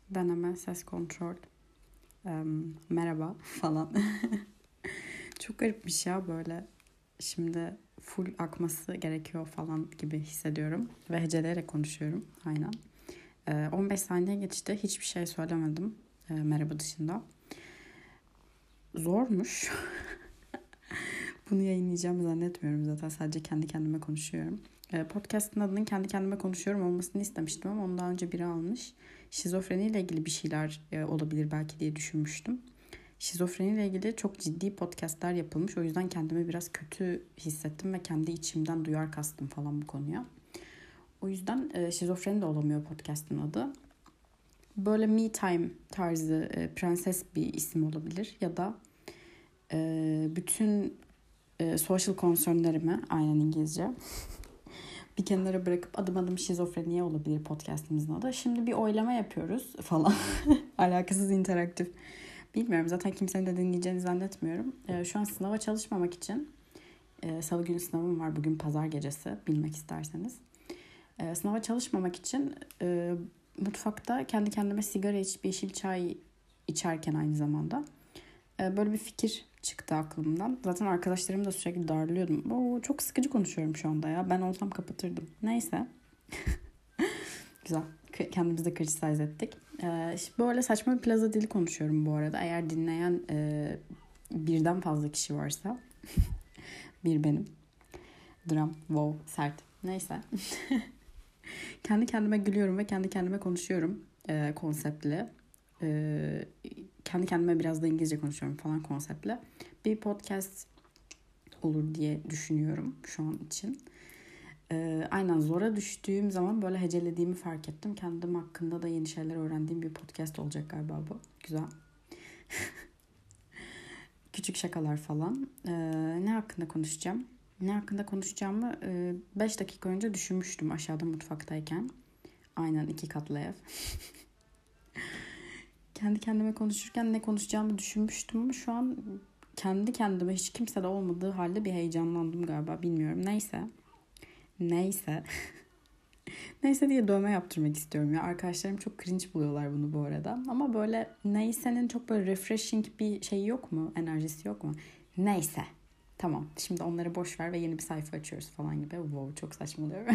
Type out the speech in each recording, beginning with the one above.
Deneme, ses kontrol, merhaba falan. Çok garipmiş ya böyle. Şimdi full akması gerekiyor falan gibi hissediyorum. Ve heceleyerek konuşuyorum. Aynen. 15 saniye geçti. Hiçbir şey söylemedim. Merhaba dışında. Zormuş. Bunu yayınlayacağımı zannetmiyorum zaten. Sadece kendi kendime konuşuyorum. Podcast'ın adının kendi kendime konuşuyorum olmasını istemiştim ama ondan önce biri almış. Şizofreniyle ilgili bir şeyler olabilir belki diye düşünmüştüm. Şizofreniyle ilgili çok ciddi podcastler yapılmış. O yüzden kendimi biraz kötü hissettim ve kendi içimden duyar kastım falan bu konuya. O yüzden şizofreni de olamıyor podcast'ın adı. Böyle me time tarzı prenses bir isim olabilir. Ya da bütün social concernlerimi, aynen İngilizce, bir kenara bırakıp adım adım şizofreniye olabilir podcast'imizin adı. Şimdi bir oylama yapıyoruz falan. Alakasız interaktif. Bilmiyorum, zaten kimsenin de dinleyeceğini zannetmiyorum. Şu an sınava çalışmamak için, salı günü sınavım var, bugün pazar gecesi, bilmek isterseniz. Sınava çalışmamak için mutfakta kendi kendime sigara içip yeşil çay içerken aynı zamanda böyle bir fikir çıktı aklımdan. Zaten arkadaşlarım da sürekli darlıyordum. Çok sıkıcı konuşuyorum şu anda ya. Ben olsam kapatırdım. Neyse. Güzel. Kendimizi de criticize ettik. Böyle saçma bir plaza dili konuşuyorum bu arada. Eğer dinleyen birden fazla kişi varsa. Bir benim. Dram. Wow. Sert. Neyse. Kendi kendime gülüyorum ve kendi kendime konuşuyorum konseptli. Kendi kendime biraz da İngilizce konuşuyorum falan konseptli. Bir podcast olur diye düşünüyorum şu an için. Aynen, zora düştüğüm zaman böyle hecelediğimi fark ettim. Kendim hakkında da yeni şeyler öğrendiğim bir podcast olacak galiba bu. Güzel. Küçük şakalar falan. Ne hakkında konuşacağım? Ne hakkında konuşacağımı 5 dakika önce düşünmüştüm aşağıda mutfaktayken. Aynen, 2 katlı ev. Kendi kendime konuşurken ne konuşacağımı düşünmüştüm ama şu an kendi kendime hiç kimse de olmadığı halde bir heyecanlandım galiba. Bilmiyorum. Neyse. Neyse diye dövme yaptırmak istiyorum ya. Arkadaşlarım çok cringe buluyorlar bunu bu arada. Ama böyle neyse'nin çok böyle refreshing bir şeyi yok mu? Enerjisi yok mu? Neyse. Tamam. Şimdi onları boş ver ve yeni bir sayfa açıyoruz falan gibi. Wow, çok saçmalıyor.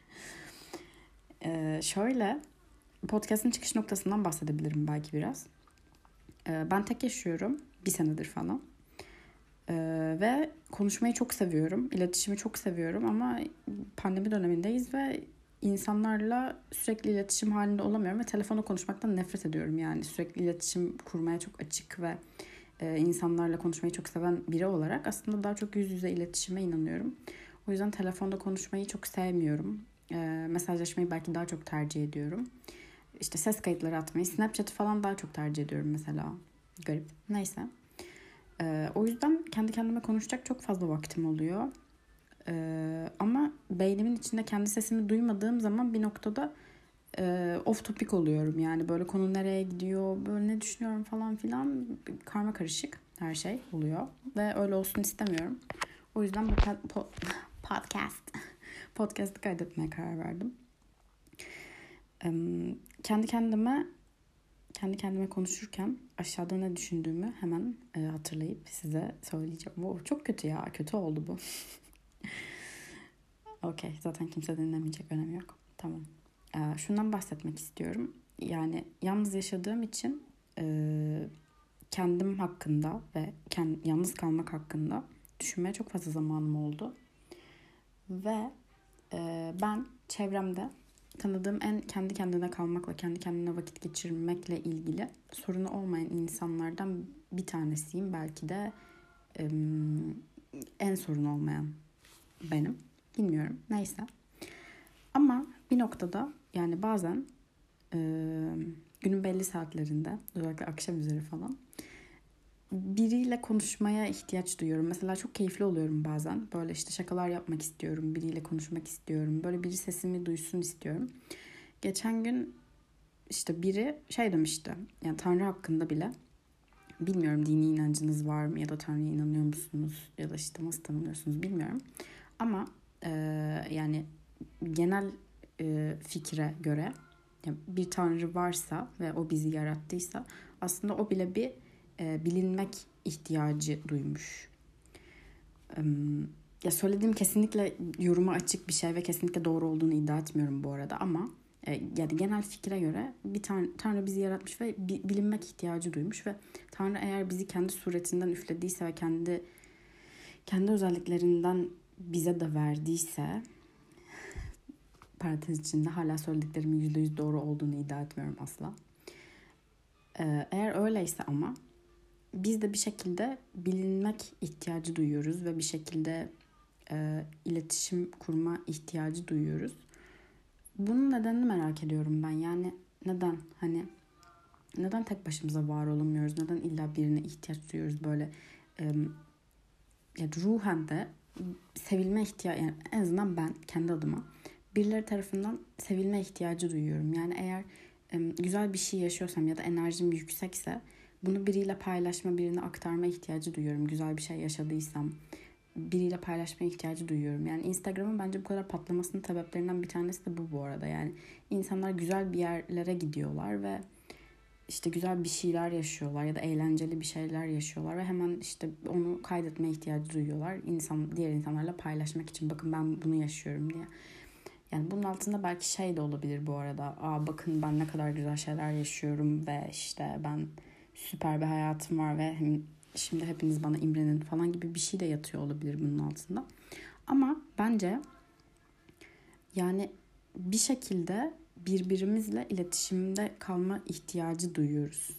Şöyle, podcast'ın çıkış noktasından bahsedebilirim belki biraz. Ben tek yaşıyorum. 1 senedir falan. Ve konuşmayı çok seviyorum. İletişimi çok seviyorum ama pandemi dönemindeyiz ve insanlarla sürekli iletişim halinde olamıyorum ve telefonla konuşmaktan nefret ediyorum yani. Sürekli iletişim kurmaya çok açık ve insanlarla konuşmayı çok seven biri olarak aslında daha çok yüz yüze iletişime inanıyorum. O yüzden telefonda konuşmayı çok sevmiyorum. Mesajlaşmayı belki daha çok tercih ediyorum. İşte ses kayıtları atmayı, Snapchat'ı falan daha çok tercih ediyorum mesela. Garip. Neyse. O yüzden kendi kendime konuşacak çok fazla vaktim oluyor. Ama beynimin içinde kendi sesimi duymadığım zaman bir noktada off topic oluyorum. Yani böyle konu nereye gidiyor, böyle ne düşünüyorum falan filan, karma karışık her şey oluyor. Ve öyle olsun istemiyorum. O yüzden bu podcast'ı kaydetmeye karar verdim. Kendi kendime konuşurken aşağıda ne düşündüğümü hemen hatırlayıp size söyleyeceğim. Wow, çok kötü ya. Kötü oldu bu. Okey. Zaten kimse dinlemeyecek. Önemi yok. Tamam. Şundan bahsetmek istiyorum. Yani yalnız yaşadığım için kendim hakkında ve yalnız kalmak hakkında düşünmeye çok fazla zamanım oldu. Ve ben çevremde tanıdığım en kendi kendine kalmakla, kendi kendine vakit geçirmekle ilgili sorunu olmayan insanlardan bir tanesiyim. Belki de en sorun olmayan benim. Bilmiyorum. Neyse. Ama bir noktada yani bazen günün belli saatlerinde, özellikle akşam üzeri falan, biriyle konuşmaya ihtiyaç duyuyorum. Mesela çok keyifli oluyorum bazen. Böyle işte şakalar yapmak istiyorum. Biriyle konuşmak istiyorum. Böyle biri sesimi duysun istiyorum. Geçen gün işte biri şey demişti. Yani Tanrı hakkında bile. Bilmiyorum, dini inancınız var mı ya da Tanrı'ya inanıyor musunuz? Ya da işte nasıl tanımlıyorsunuz bilmiyorum. Ama yani genel fikre göre bir tanrı varsa ve o bizi yarattıysa aslında o bile bir bilinmek ihtiyacı duymuş. Ya söylediğim kesinlikle yoruma açık bir şey ve kesinlikle doğru olduğunu iddia etmiyorum bu arada ama yani genel fikre göre bir Tanrı bizi yaratmış ve bilinmek ihtiyacı duymuş ve Tanrı eğer bizi kendi suretinden üflediyse ve kendi özelliklerinden bize de verdiyse, parantez içinde hala söylediklerimin %100 doğru olduğunu iddia etmiyorum asla. Eğer öyleyse ama biz de bir şekilde bilinmek ihtiyacı duyuyoruz ve bir şekilde iletişim kurma ihtiyacı duyuyoruz. Bunun nedenini merak ediyorum ben. Yani neden? Hani neden tek başımıza var olamıyoruz? Neden illa birine ihtiyaç duyuyoruz böyle? Yani ruhen de sevilme ihtiyacı, yani en azından ben kendi adıma birileri tarafından sevilme ihtiyacı duyuyorum. Yani eğer güzel bir şey yaşıyorsam ya da enerjim yüksekse bunu biriyle paylaşma, birine aktarma ihtiyacı duyuyorum. Güzel bir şey yaşadıysam biriyle paylaşma ihtiyacı duyuyorum. Yani Instagram'ın bence bu kadar patlamasının sebeplerinden bir tanesi de bu arada. Yani insanlar güzel bir yerlere gidiyorlar ve işte güzel bir şeyler yaşıyorlar ya da eğlenceli bir şeyler yaşıyorlar ve hemen işte onu kaydetme ihtiyacı duyuyorlar. Diğer insanlarla paylaşmak için, bakın ben bunu yaşıyorum diye. Yani bunun altında belki şey de olabilir bu arada. Bakın ben ne kadar güzel şeyler yaşıyorum ve işte ben süper bir hayatım var ve şimdi hepiniz bana imrenin falan gibi bir şey de yatıyor olabilir bunun altında. Ama bence yani bir şekilde birbirimizle iletişimde kalma ihtiyacı duyuyoruz.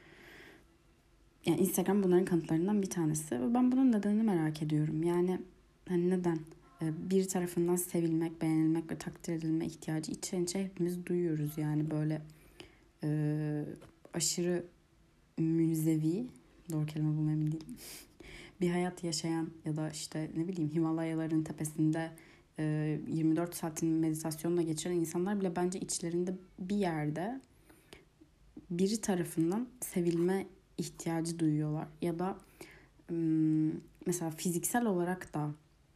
Yani Instagram bunların kanıtlarından bir tanesi. Ve ben bunun nedenini merak ediyorum. Yani hani neden? Bir tarafından sevilmek, beğenilmek ve takdir edilme ihtiyacı içten içe hepimiz duyuyoruz. Yani böyle aşırı münzevi, doğru kelime bulmam emin değilim, bir hayat yaşayan ya da işte ne bileyim Himalayaların tepesinde 24 saatin meditasyonla geçiren insanlar bile bence içlerinde bir yerde biri tarafından sevilme ihtiyacı duyuyorlar. Ya da mesela fiziksel olarak da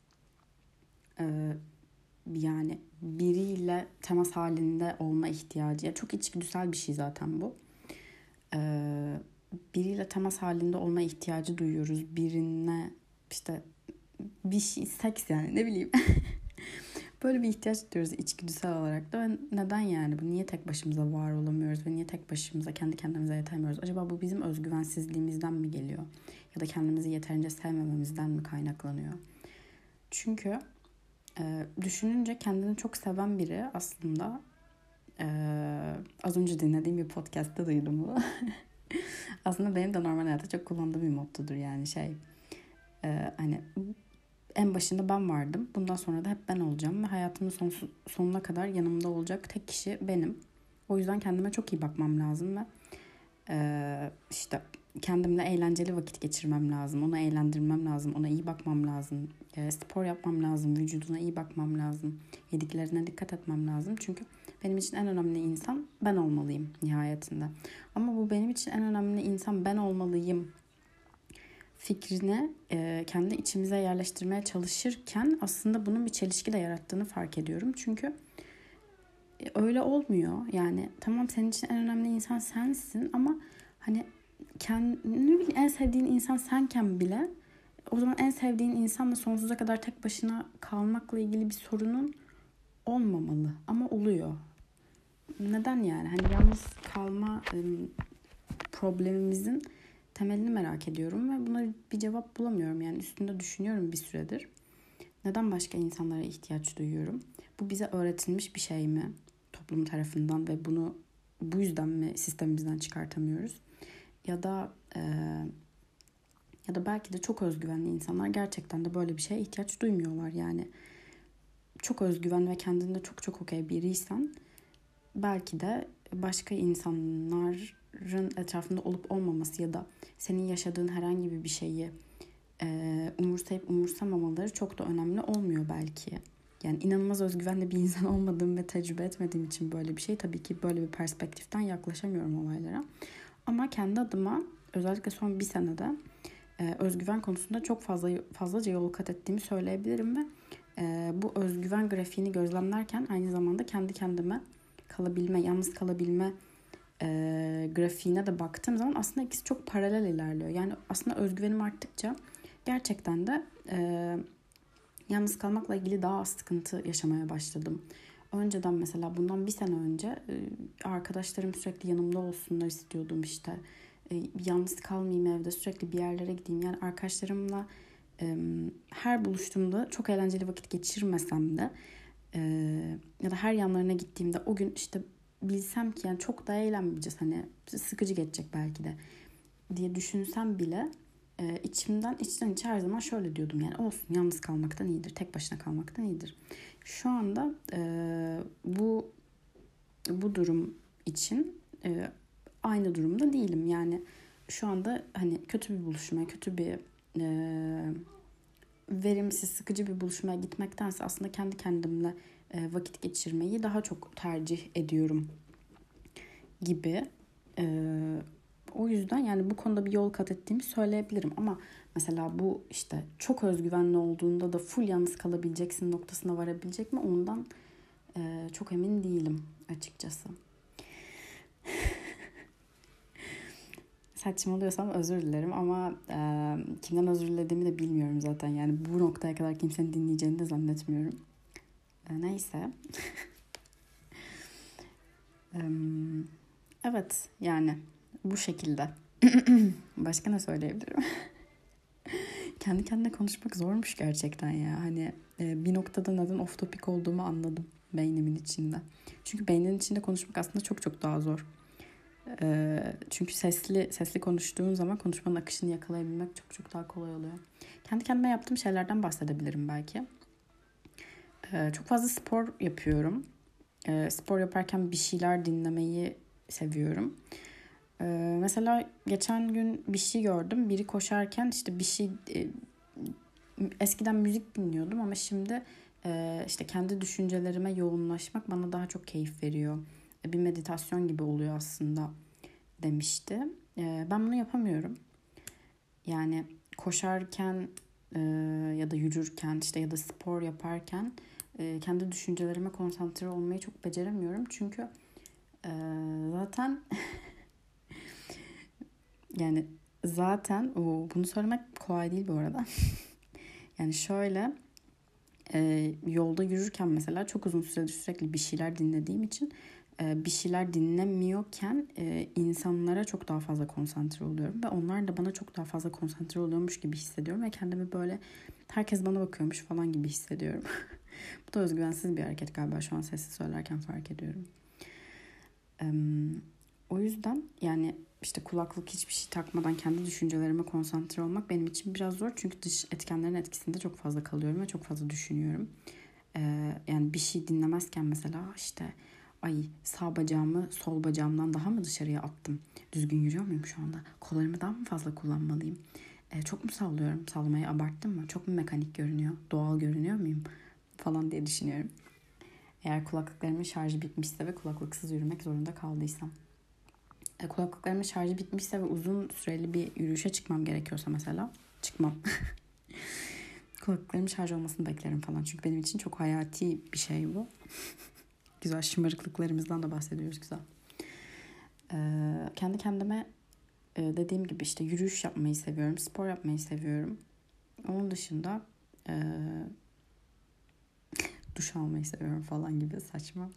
yani biriyle temas halinde olma ihtiyacı. Yani çok içgüdüsel bir şey zaten bu. Biriyle temas halinde olma ihtiyacı duyuyoruz. Birine işte bir şey, seks yani ne bileyim. Böyle bir ihtiyaç duyuyoruz içgüdüsel olarak da. Ve neden yani bu? Niye tek başımıza var olamıyoruz ve niye tek başımıza kendi kendimize yetemiyoruz? Acaba bu bizim özgüvensizliğimizden mi geliyor? Ya da kendimizi yeterince sevmememizden mi kaynaklanıyor? Çünkü düşününce kendini çok seven biri aslında az önce dinlediğim bir podcast'ta duydum bu. Aslında benim de normal hayatta çok kullandığım bir mottodur yani hani en başında ben vardım. Bundan sonra da hep ben olacağım ve hayatımın sonuna kadar yanımda olacak tek kişi benim. O yüzden kendime çok iyi bakmam lazım ve işte kendimle eğlenceli vakit geçirmem lazım. Onu eğlendirmem lazım. Ona iyi bakmam lazım. Spor yapmam lazım. Vücuduna iyi bakmam lazım. Yediklerine dikkat etmem lazım. Çünkü benim için en önemli insan ben olmalıyım nihayetinde. Ama bu benim için en önemli insan ben olmalıyım fikrini kendi içimize yerleştirmeye çalışırken aslında bunun bir çelişki de yarattığını fark ediyorum. Çünkü öyle olmuyor. Yani tamam senin için en önemli insan sensin ama hani kendini en sevdiğin insan senken bile o zaman en sevdiğin insanla sonsuza kadar tek başına kalmakla ilgili bir sorunun olmamalı ama oluyor. Neden yani? Hani yalnız kalma problemimizin temelini merak ediyorum ve buna bir cevap bulamıyorum. Yani üstünde düşünüyorum bir süredir. Neden başka insanlara ihtiyaç duyuyorum? Bu bize öğretilmiş bir şey mi toplum tarafından ve bunu bu yüzden mi sistemimizden çıkartamıyoruz? Ya da belki de çok özgüvenli insanlar gerçekten de böyle bir şeye ihtiyaç duymuyorlar. Yani çok özgüven ve kendinde çok çok okey biriysen belki de başka insanların etrafında olup olmaması ya da senin yaşadığın herhangi bir şeyi umursayıp umursamamaları çok da önemli olmuyor belki. Yani inanılmaz özgüvenli bir insan olmadığım ve tecrübe etmediğim için böyle bir şey, tabii ki böyle bir perspektiften yaklaşamıyorum olaylara. Ama kendi adıma özellikle son bir senede özgüven konusunda çok fazlaca yol kat ettiğimi söyleyebilirim ve bu özgüven grafiğini gözlemlerken aynı zamanda kendi kendime kalabilme, yalnız kalabilme grafiğine de baktığım zaman aslında ikisi çok paralel ilerliyor. Yani aslında özgüvenim arttıkça gerçekten de yalnız kalmakla ilgili daha az sıkıntı yaşamaya başladım. Önceden mesela bundan bir sene önce arkadaşlarım sürekli yanımda olsunlar istiyordum işte. Yalnız kalmayayım evde, sürekli bir yerlere gideyim. Yani arkadaşlarımla her buluştuğumda çok eğlenceli vakit geçirmesem de ya da her yanlarına gittiğimde o gün işte bilsem ki yani çok da eğlenmeyeceğiz, hani sıkıcı geçecek belki de diye düşünsem bile içten içe her zaman şöyle diyordum, yani olsun, yalnız kalmaktan iyidir, tek başına kalmaktan iyidir. Şu anda bu durum için aynı durumda değilim. Yani şu anda hani kötü bir buluşmaya, kötü bir verimsiz, sıkıcı bir buluşmaya gitmektense aslında kendi kendimle vakit geçirmeyi daha çok tercih ediyorum gibi. O yüzden yani bu konuda bir yol kat ettiğimi söyleyebilirim. Ama mesela bu işte çok özgüvenli olduğunda da full yalnız kalabileceksin noktasına varabilecek mi? Ondan çok emin değilim açıkçası. Saçmalıyorsam özür dilerim ama kimden özür dilediğimi de bilmiyorum zaten. Yani bu noktaya kadar kimsenin dinleyeceğini de zannetmiyorum. Neyse. Evet, yani bu şekilde. Başka ne söyleyebilirim? Kendi kendine konuşmak zormuş gerçekten ya. Hani bir noktada neden off topic olduğumu anladım beynimin içinde. Çünkü beynin içinde konuşmak aslında çok çok daha zor. Çünkü sesli konuştuğun zaman konuşmanın akışını yakalayabilmek çok çok daha kolay oluyor. Kendi kendime yaptığım şeylerden bahsedebilirim belki. Çok fazla spor yapıyorum. Spor yaparken bir şeyler dinlemeyi seviyorum. Mesela geçen gün bir şey gördüm. Biri koşarken işte bir şey eskiden müzik dinliyordum ama şimdi işte kendi düşüncelerime yoğunlaşmak bana daha çok keyif veriyor. Bir meditasyon gibi oluyor aslında demişti. Ben bunu yapamıyorum. Yani koşarken ya da yürürken işte ya da spor yaparken kendi düşüncelerime konsantre olmayı çok beceremiyorum. Çünkü zaten yani zaten bunu söylemek kolay değil bu arada. Yani şöyle yolda yürürken mesela çok uzun süredir sürekli bir şeyler dinlediğim için bir şeyler dinlemiyorken insanlara çok daha fazla konsantre oluyorum ve onlar da bana çok daha fazla konsantre oluyormuş gibi hissediyorum ve kendimi böyle herkes bana bakıyormuş falan gibi hissediyorum. Bu da özgüvensiz bir hareket galiba, şu an sessiz söylerken fark ediyorum. O yüzden yani işte kulaklık, hiçbir şey takmadan kendi düşüncelerime konsantre olmak benim için biraz zor. Çünkü dış etkenlerin etkisinde çok fazla kalıyorum ve çok fazla düşünüyorum. Yani bir şey dinlemezken mesela işte ay sağ bacağımı sol bacağımdan daha mı dışarıya attım? Düzgün yürüyor muyum şu anda? Kollarımı daha mı fazla kullanmalıyım? Çok mu sallıyorum? Sallamayı abarttım mı? Çok mu mekanik görünüyor? Doğal görünüyor muyum? Falan diye düşünüyorum. Eğer kulaklıklarımın şarjı bitmişse ve kulaklıksız yürümek zorunda kaldıysam. Kulaklıklarımın şarjı bitmişse ve uzun süreli bir yürüyüşe çıkmam gerekiyorsa mesela çıkmam. Kulaklıklarımın şarj olmasını beklerim falan. Çünkü benim için çok hayati bir şey bu. Güzel, şımarıklıklarımızdan da bahsediyoruz, güzel. Kendi kendime dediğim gibi işte yürüyüş yapmayı seviyorum. Spor yapmayı seviyorum. Onun dışında duş almayı seviyorum falan gibi saçma.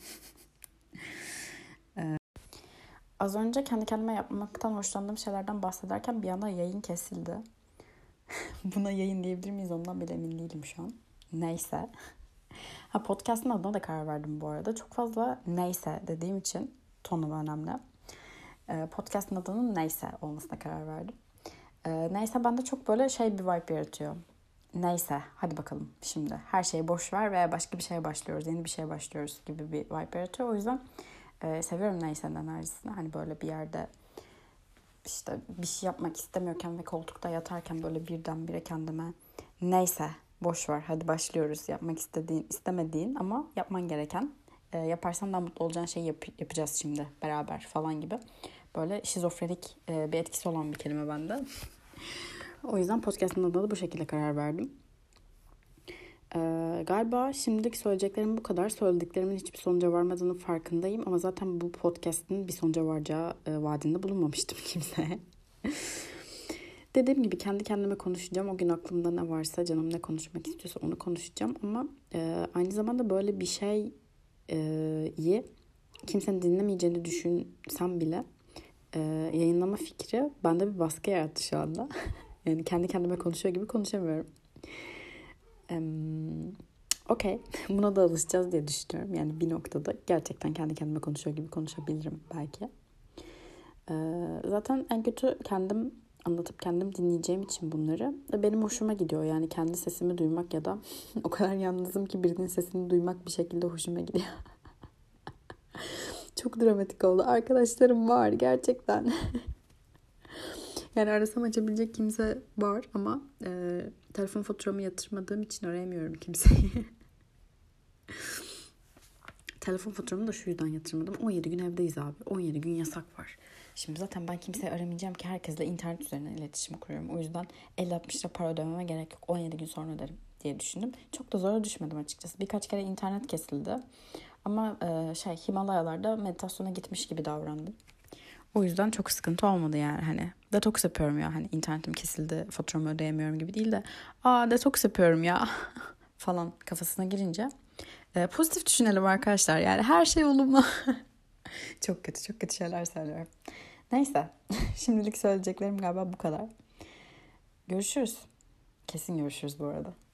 Az önce kendi kendime yapmaktan hoşlandığım şeylerden bahsederken bir anda yayın kesildi. Buna yayın diyebilir miyiz ondan bile emin değilim şu an. Neyse. Podcast'ın adına da karar verdim bu arada. Çok fazla neyse dediğim için tonu önemli. Podcast'ın adının neyse olmasına karar verdim. Neyse bende çok böyle bir vibe yaratıyor. Neyse hadi bakalım şimdi her şeyi boş ver ve başka bir şeye başlıyoruz. Yeni bir şeye başlıyoruz gibi bir vibe yaratıyor. O yüzden seviyorum neyse'nin enerjisini. Hani böyle bir yerde işte bir şey yapmak istemiyorken ve koltukta yatarken böyle birdenbire kendime neyse boş ver hadi başlıyoruz. Yapmak istediğin, istemediğin ama yapman gereken, yaparsan daha mutlu olacağın şeyi yapacağız şimdi beraber falan gibi. Böyle şizofrenik bir etkisi olan bir kelime bende. O yüzden podcast'ın adına da bu şekilde karar verdim. Galiba şimdilik söyleyeceklerim bu kadar. Söylediklerimin hiçbir sonuca varmadığını farkındayım. Ama zaten bu podcast'in bir sonuca varacağı vaadinde bulunmamıştım kimseye. Dediğim gibi kendi kendime konuşacağım. O gün aklımda ne varsa, canım ne konuşmak istiyorsa onu konuşacağım. Ama aynı zamanda böyle bir şeyi kimsenin dinlemeyeceğini düşünsem bile yayınlama fikri bende bir baskı yarattı şu anda. Yani kendi kendime konuşuyor gibi konuşamıyorum. Okey. Buna da alışacağız diye düşünüyorum. Yani bir noktada gerçekten kendi kendime konuşuyor gibi konuşabilirim belki. Zaten en kötü kendim anlatıp kendim dinleyeceğim için bunları benim hoşuma gidiyor. Yani kendi sesimi duymak ya da o kadar yalnızım ki birinin sesini duymak bir şekilde hoşuma gidiyor. Çok dramatik oldu. Arkadaşlarım var gerçekten. Yani arasam açabilecek kimse var ama telefon faturamı yatırmadığım için arayamıyorum kimseyi. Telefon faturamı da şu yüzden yatırmadım. 17 gün evdeyiz abi. 17 gün yasak var. Şimdi zaten ben kimseyi aramayacağım ki herkesle internet üzerinden iletişim kuruyorum. O yüzden 50-60 lira para ödememe gerek yok. 17 gün sonra öderim diye düşündüm. Çok da zora düşmedim açıkçası. Birkaç kere internet kesildi. Ama Himalayalarda meditasyona gitmiş gibi davrandım. O yüzden çok sıkıntı olmadı yani hani. Detoks yapıyorum ya hani internetim kesildi, faturamı ödeyemiyorum gibi değil de detoks yapıyorum ya falan kafasına girince pozitif düşünelim arkadaşlar. Yani her şey olumlu. Çok kötü şeyler söylüyorum. Neyse. Şimdilik söyleyeceklerim galiba bu kadar. Görüşürüz. Kesin görüşürüz bu arada.